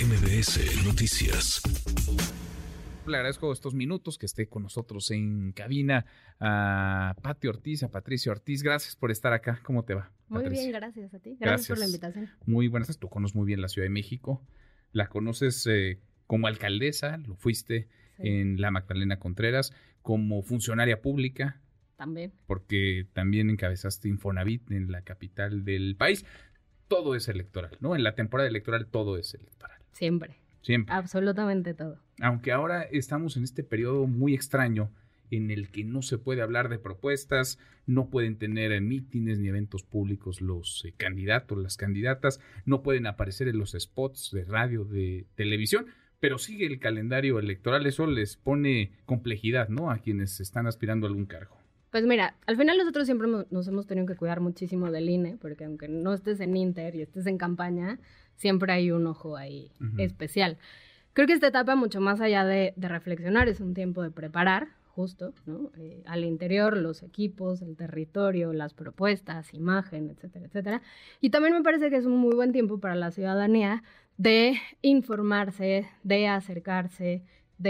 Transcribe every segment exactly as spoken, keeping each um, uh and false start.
M B S Noticias. Le agradezco estos minutos que esté con nosotros en cabina a Pati Ortiz, a Patricia Ortiz. Gracias por estar acá. ¿Cómo te va, Muy Patricia? bien, gracias a ti. Gracias, Gracias por la invitación. Muy buenas. Tú conoces muy bien la Ciudad de México. La conoces eh, como alcaldesa, lo fuiste Sí. en la Magdalena Contreras, como funcionaria pública, También. porque también encabezaste Infonavit en la capital del país. Todo es electoral, ¿no? En la temporada electoral todo es electoral. Siempre. Siempre. Absolutamente todo. Aunque ahora estamos en este periodo muy extraño en el que no se puede hablar de propuestas, no pueden tener eh, mítines ni eventos públicos los eh, candidatos, las candidatas, no pueden aparecer en los spots de radio, de televisión, pero sigue el calendario electoral. Eso les pone complejidad, ¿no?, a quienes están aspirando a algún cargo. Pues mira, al final nosotros siempre hemos- nos hemos tenido que cuidar muchísimo del I N E, porque aunque no estés en Inter y estés en campaña, siempre hay un ojo ahí Ujú. especial. Creo que esta etapa, mucho más allá de, de reflexionar, es un tiempo de preparar, justo, ¿no? Eh, al interior, los equipos, el territorio, las propuestas, imagen, etcétera, etcétera. Y también me parece que es un muy buen tiempo para la ciudadanía de informarse, de acercarse,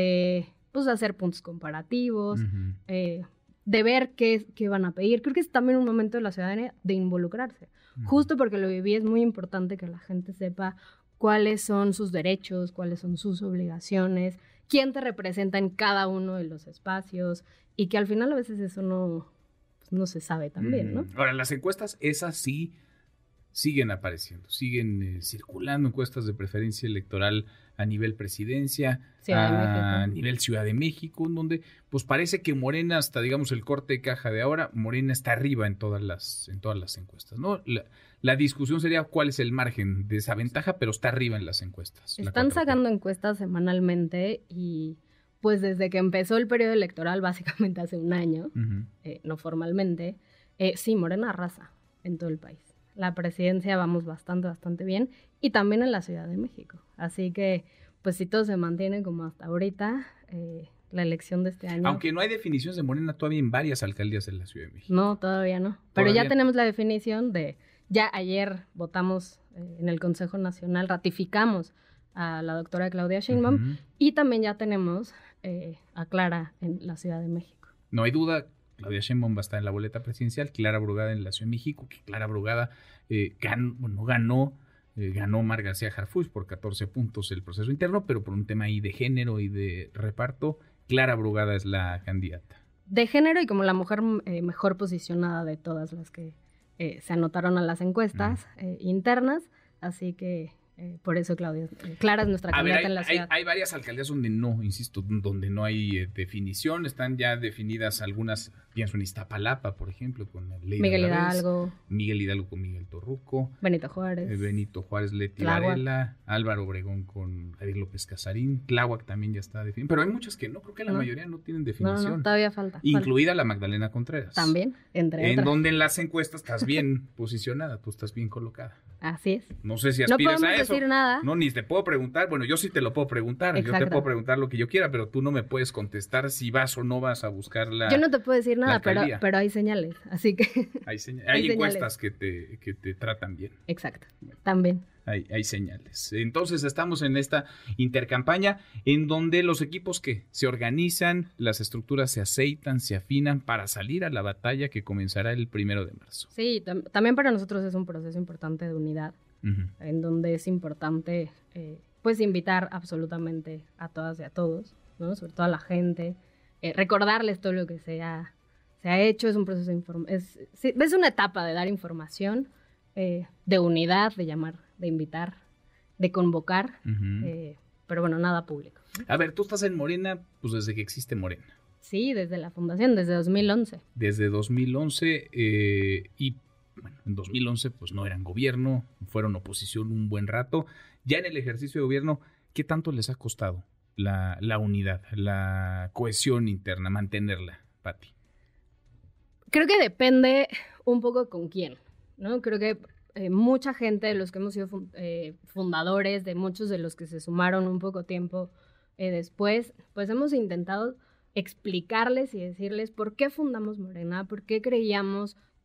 de pues, hacer puntos comparativos, Ujú. eh, de ver qué, qué van a pedir. Creo que es también un momento de la ciudadanía de involucrarse. Ujú. Justo porque lo viví, es muy importante que la gente sepa cuáles son sus derechos, cuáles son sus obligaciones, quién te representa en cada uno de los espacios, y que al final a veces eso no, pues, no se sabe también, ¿no? Mm. Ahora, las encuestas, esas sí siguen apareciendo, siguen eh, circulando encuestas de preferencia electoral a nivel presidencia, Ciudad de a México. nivel Ciudad de México, en donde pues parece que Morena, hasta digamos el corte de caja de ahora, Morena está arriba en todas las, en todas las encuestas, ¿no? La, la discusión sería cuál es el margen de esa ventaja, pero está arriba en las encuestas. la Están cuatro T. sacando encuestas semanalmente y pues desde que empezó el periodo electoral, básicamente hace un año, Ujú. eh, no formalmente, eh, sí, Morena arrasa en todo el país. La presidencia vamos bastante, bastante bien, y también en la Ciudad de México. Así que, pues si todo se mantiene como hasta ahorita, eh, la elección de este año... Aunque no hay definiciones de Morena todavía en varias alcaldías de la Ciudad de México. No, todavía no. Pero Todavía ya no. tenemos la definición de... Ya ayer votamos eh, en el Consejo Nacional, ratificamos a la doctora Claudia Sheinbaum, Ujú. y también ya tenemos eh, a Clara en la Ciudad de México. No hay duda, Claudia Sheinbaum va a estar en la boleta presidencial, Clara Brugada en la Ciudad de México, que Clara Brugada eh, ganó, bueno, ganó, eh, ganó Mar García Harfuch por catorce puntos el proceso interno, pero por un tema ahí de género y de reparto, Clara Brugada es la candidata. De género y como la mujer eh, mejor posicionada de todas las que eh, se anotaron a las encuestas eh, internas, así que eh, por eso Claudia, eh, Clara es nuestra A ver, candidata hay, en la hay- ciudad. hay varias alcaldías donde no, insisto, donde no hay eh, definición, están ya definidas algunas, pienso en Iztapalapa, por ejemplo, con Ley Miguel Valadez, Hidalgo, Miguel Hidalgo con Miguel Torruco, Benito Juárez. Eh, Benito Juárez, Leti Tláhuac. Varela, Álvaro Obregón con Javier López Casarín, Tláhuac también ya está definido, pero hay muchas que no, creo que la No. mayoría no tienen No, definición, no, no, todavía falta. falta. incluida la Magdalena Contreras. También, entre En otras. donde en las encuestas estás bien posicionada, tú estás bien colocada. Así es. No sé si No aspires podemos a eso. decir nada. No, ni te puedo preguntar. Bueno, yo sí te lo puedo preguntar. Yo te Exacto. puedo preguntar lo que yo quiera, pero tú no me puedes contestar si vas o no vas a buscar la... Yo no te puedo decir nada, pero, alcaldía. pero hay señales, así que... Hay, seña- hay hay señales. encuestas que te, que te tratan bien. Exacto, también. Hay, hay señales. Entonces estamos en esta intercampaña en donde los equipos que se organizan, las estructuras se aceitan, se afinan para salir a la batalla que comenzará el primero de marzo. Sí, tam- también para nosotros es un proceso importante de unidad, Ujú. en donde es importante eh, pues invitar absolutamente a todas y a todos, ¿no? Sobre todo a la gente, eh, recordarles todo lo que se ha, se ha hecho. Es un proceso de inform- es, sí, es una etapa de dar información, eh, de unidad, de llamar, de invitar, de convocar, Ujú. eh, pero bueno, nada público. A ver, tú estás en Morena pues desde que existe Morena. Sí, desde la fundación, desde dos mil once. Desde dos mil once eh, y bueno, en dos mil once pues no eran gobierno, fueron oposición un buen rato. Ya en el ejercicio de gobierno, ¿qué tanto les ha costado la, la unidad, la cohesión interna, mantenerla, Pati? Creo que depende un poco con quién, ¿no? Creo que eh, mucha gente de los que hemos sido fun- eh, fundadores, de muchos de los que se sumaron un poco tiempo eh, después, pues hemos intentado explicarles y decirles por qué fundamos Morena, por qué creíamos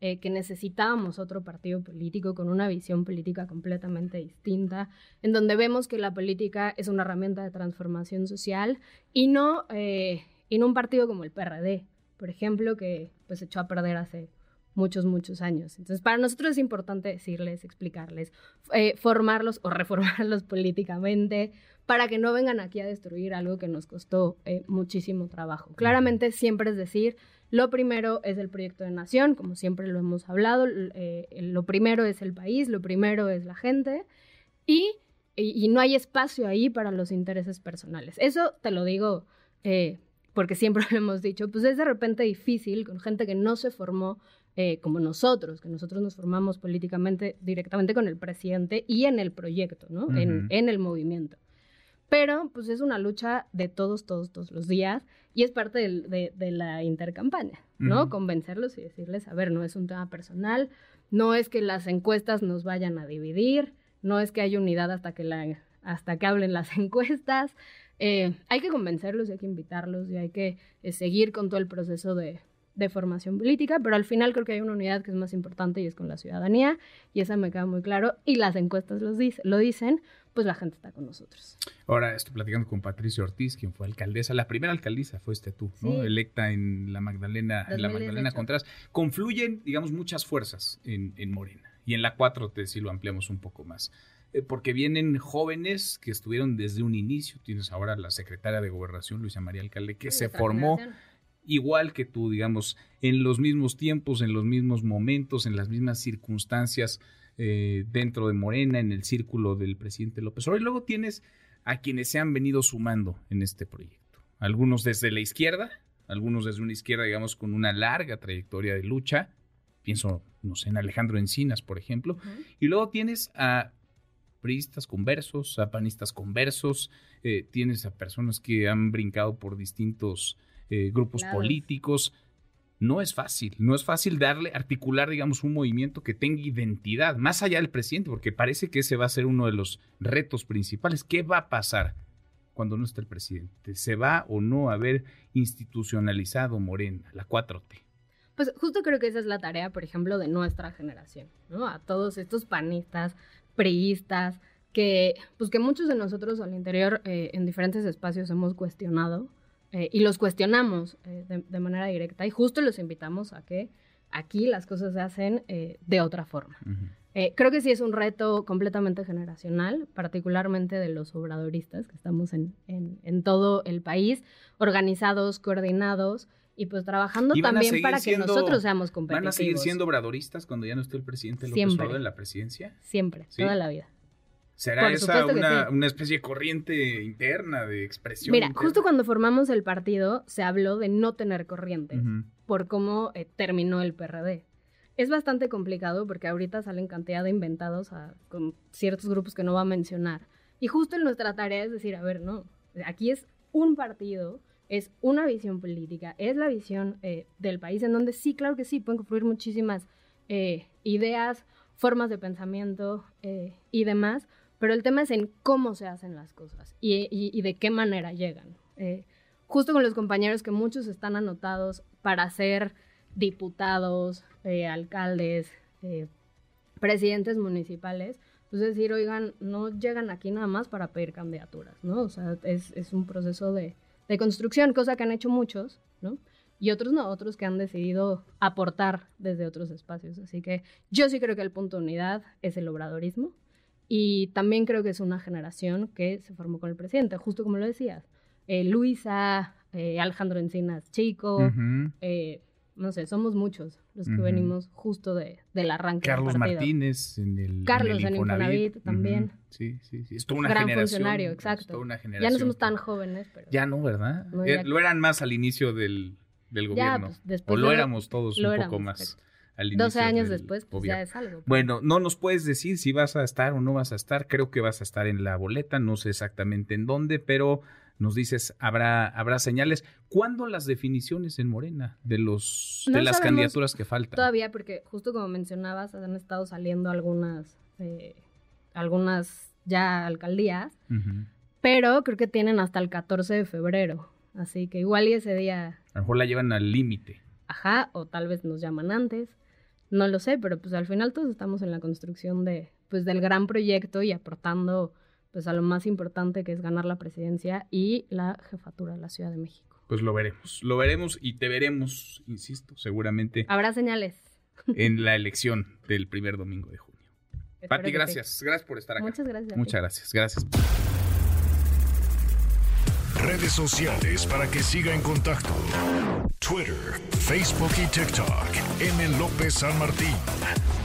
eh, que necesitábamos otro partido político con una visión política completamente distinta, en donde vemos que la política es una herramienta de transformación social y no, eh, y no un partido como el P R D, por ejemplo, que pues echó a perder hace muchos, muchos años. Entonces, para nosotros es importante decirles, explicarles, eh, formarlos o reformarlos políticamente para que no vengan aquí a destruir algo que nos costó eh, muchísimo trabajo. Claramente siempre es decir, lo primero es el proyecto de nación, como siempre lo hemos hablado, eh, lo primero es el país, lo primero es la gente y, y, y no hay espacio ahí para los intereses personales. Eso te lo digo eh, porque siempre lo hemos dicho, pues es de repente difícil con gente que no se formó Eh, como nosotros, que nosotros nos formamos políticamente directamente con el presidente y en el proyecto, ¿no? Uh-huh. en, en el movimiento. Pero, pues, es una lucha de todos, todos, todos los días y es parte de, de, de la intercampaña, ¿no? Uh-huh. Convencerlos y decirles, a ver, no es un tema personal, no es que las encuestas nos vayan a dividir, no es que haya unidad hasta que, la, hasta que hablen las encuestas. Eh, hay que convencerlos y hay que invitarlos y hay que eh, seguir con todo el proceso de... de formación política, pero al final creo que hay una unidad que es más importante y es con la ciudadanía, y esa me queda muy claro, y las encuestas los dice, lo dicen, pues la gente está con nosotros. Ahora estoy platicando con Patricia Ortiz, quien fue alcaldesa, la primera alcaldesa fuiste tú, ¿no? Sí. Electa en la Magdalena, en la Magdalena Contreras. Confluyen, digamos, muchas fuerzas en, en Morena, y en la cuatro T sí lo ampliamos un poco más. Eh, porque vienen jóvenes que estuvieron desde un inicio, tienes ahora la secretaria de Gobernación, Luisa María Alcalde, que sí, se formó... Generación. Igual que tú, digamos, en los mismos tiempos, en los mismos momentos, en las mismas circunstancias eh, dentro de Morena, en el círculo del presidente López Obrador. Y luego tienes a quienes se han venido sumando en este proyecto. Algunos desde la izquierda, algunos desde una izquierda, digamos, con una larga trayectoria de lucha. Pienso, no sé, en Alejandro Encinas, por ejemplo. Uh-huh. Y luego tienes a priistas conversos, a panistas conversos, eh, tienes a personas que han brincado por distintos... Eh, grupos claro. políticos. No es fácil, no es fácil darle, articular, digamos, un movimiento que tenga identidad, más allá del presidente, porque parece que ese va a ser uno de los retos principales. ¿Qué va a pasar cuando no esté el presidente? ¿Se va o no a haber institucionalizado Morena, la cuatro T? Pues justo creo que esa es la tarea, por ejemplo, de nuestra generación, ¿no? A todos estos panistas, priistas, que, pues que muchos de nosotros al interior, eh, en diferentes espacios hemos cuestionado, Eh, y los cuestionamos eh, de, de manera directa y justo los invitamos a que aquí las cosas se hacen eh, de otra forma. Uh-huh. Eh, creo que sí es un reto completamente generacional, particularmente de los obradoristas que estamos en, en, en todo el país, organizados, coordinados y pues trabajando también para siendo, que nosotros seamos competitivos. ¿Van a seguir siendo obradoristas cuando ya no esté el presidente López Obrador en la presidencia? Siempre, ¿sí? Toda la vida. ¿Será Por esa una, sí. una especie de corriente interna de expresión? Mira, interna? Justo cuando formamos el partido se habló de no tener corrientes uh-huh. por cómo eh, terminó el P R D. Es bastante complicado porque ahorita salen cantidad de inventados a, con ciertos grupos que no va a mencionar. Y justo en nuestra tarea es decir, a ver, no, aquí es un partido, es una visión política, es la visión eh, del país en donde sí, claro que sí, pueden confluir muchísimas eh, ideas, formas de pensamiento eh, y demás, pero el tema es en cómo se hacen las cosas y, y, y de qué manera llegan. Eh, justo con los compañeros que muchos están anotados para ser diputados, eh, alcaldes, eh, presidentes municipales, pues es decir, oigan, no llegan aquí nada más para pedir candidaturas, ¿no? O sea, es, es un proceso de, de construcción, cosa que han hecho muchos, ¿no? Y otros no, otros que han decidido aportar desde otros espacios. Así que yo sí creo que el punto de unidad es el obradorismo. Y también creo que es una generación que se formó con el presidente, justo como lo decías. Eh, Luisa, eh, Alejandro Encinas Chico, uh-huh. eh, no sé, somos muchos los que uh-huh. venimos justo de, del arranque Carlos del partido. Martínez en el Carlos en el Infonavit, en Infonavit también. Uh-huh. Sí, sí, sí. Es toda una Gran generación. funcionario, exacto. Es toda una generación. Ya no somos tan jóvenes, pero... Ya no, ¿verdad? No, ya... eh, lo eran más al inicio del, del gobierno. Ya, pues, o lo de... éramos todos lo un éramos, poco más. Exacto. doce años después, pues ya es algo. Bueno, no nos puedes decir si vas a estar o no vas a estar. Creo que vas a estar en la boleta, no sé exactamente en dónde, pero nos dices, habrá habrá señales. ¿Cuándo las definiciones en Morena de los no de las candidaturas que faltan? Todavía, porque justo como mencionabas, han estado saliendo algunas, eh, algunas ya alcaldías, uh-huh. pero creo que tienen hasta el catorce de febrero. Así que igual y ese día... A lo mejor la llevan al límite. Ajá, o tal vez nos llaman antes. No lo sé, pero pues al final todos estamos en la construcción de, pues, del gran proyecto y aportando pues a lo más importante, que es ganar la presidencia y la jefatura de la Ciudad de México. Pues lo veremos, lo veremos y te veremos, insisto, seguramente. Habrá señales. En la elección del primer domingo de junio. Pati, gracias. Sí. Gracias por estar acá. Muchas gracias. Muchas gracias. Gracias. Redes sociales para que siga en contacto: Twitter, Facebook y TikTok. M. López San Martín.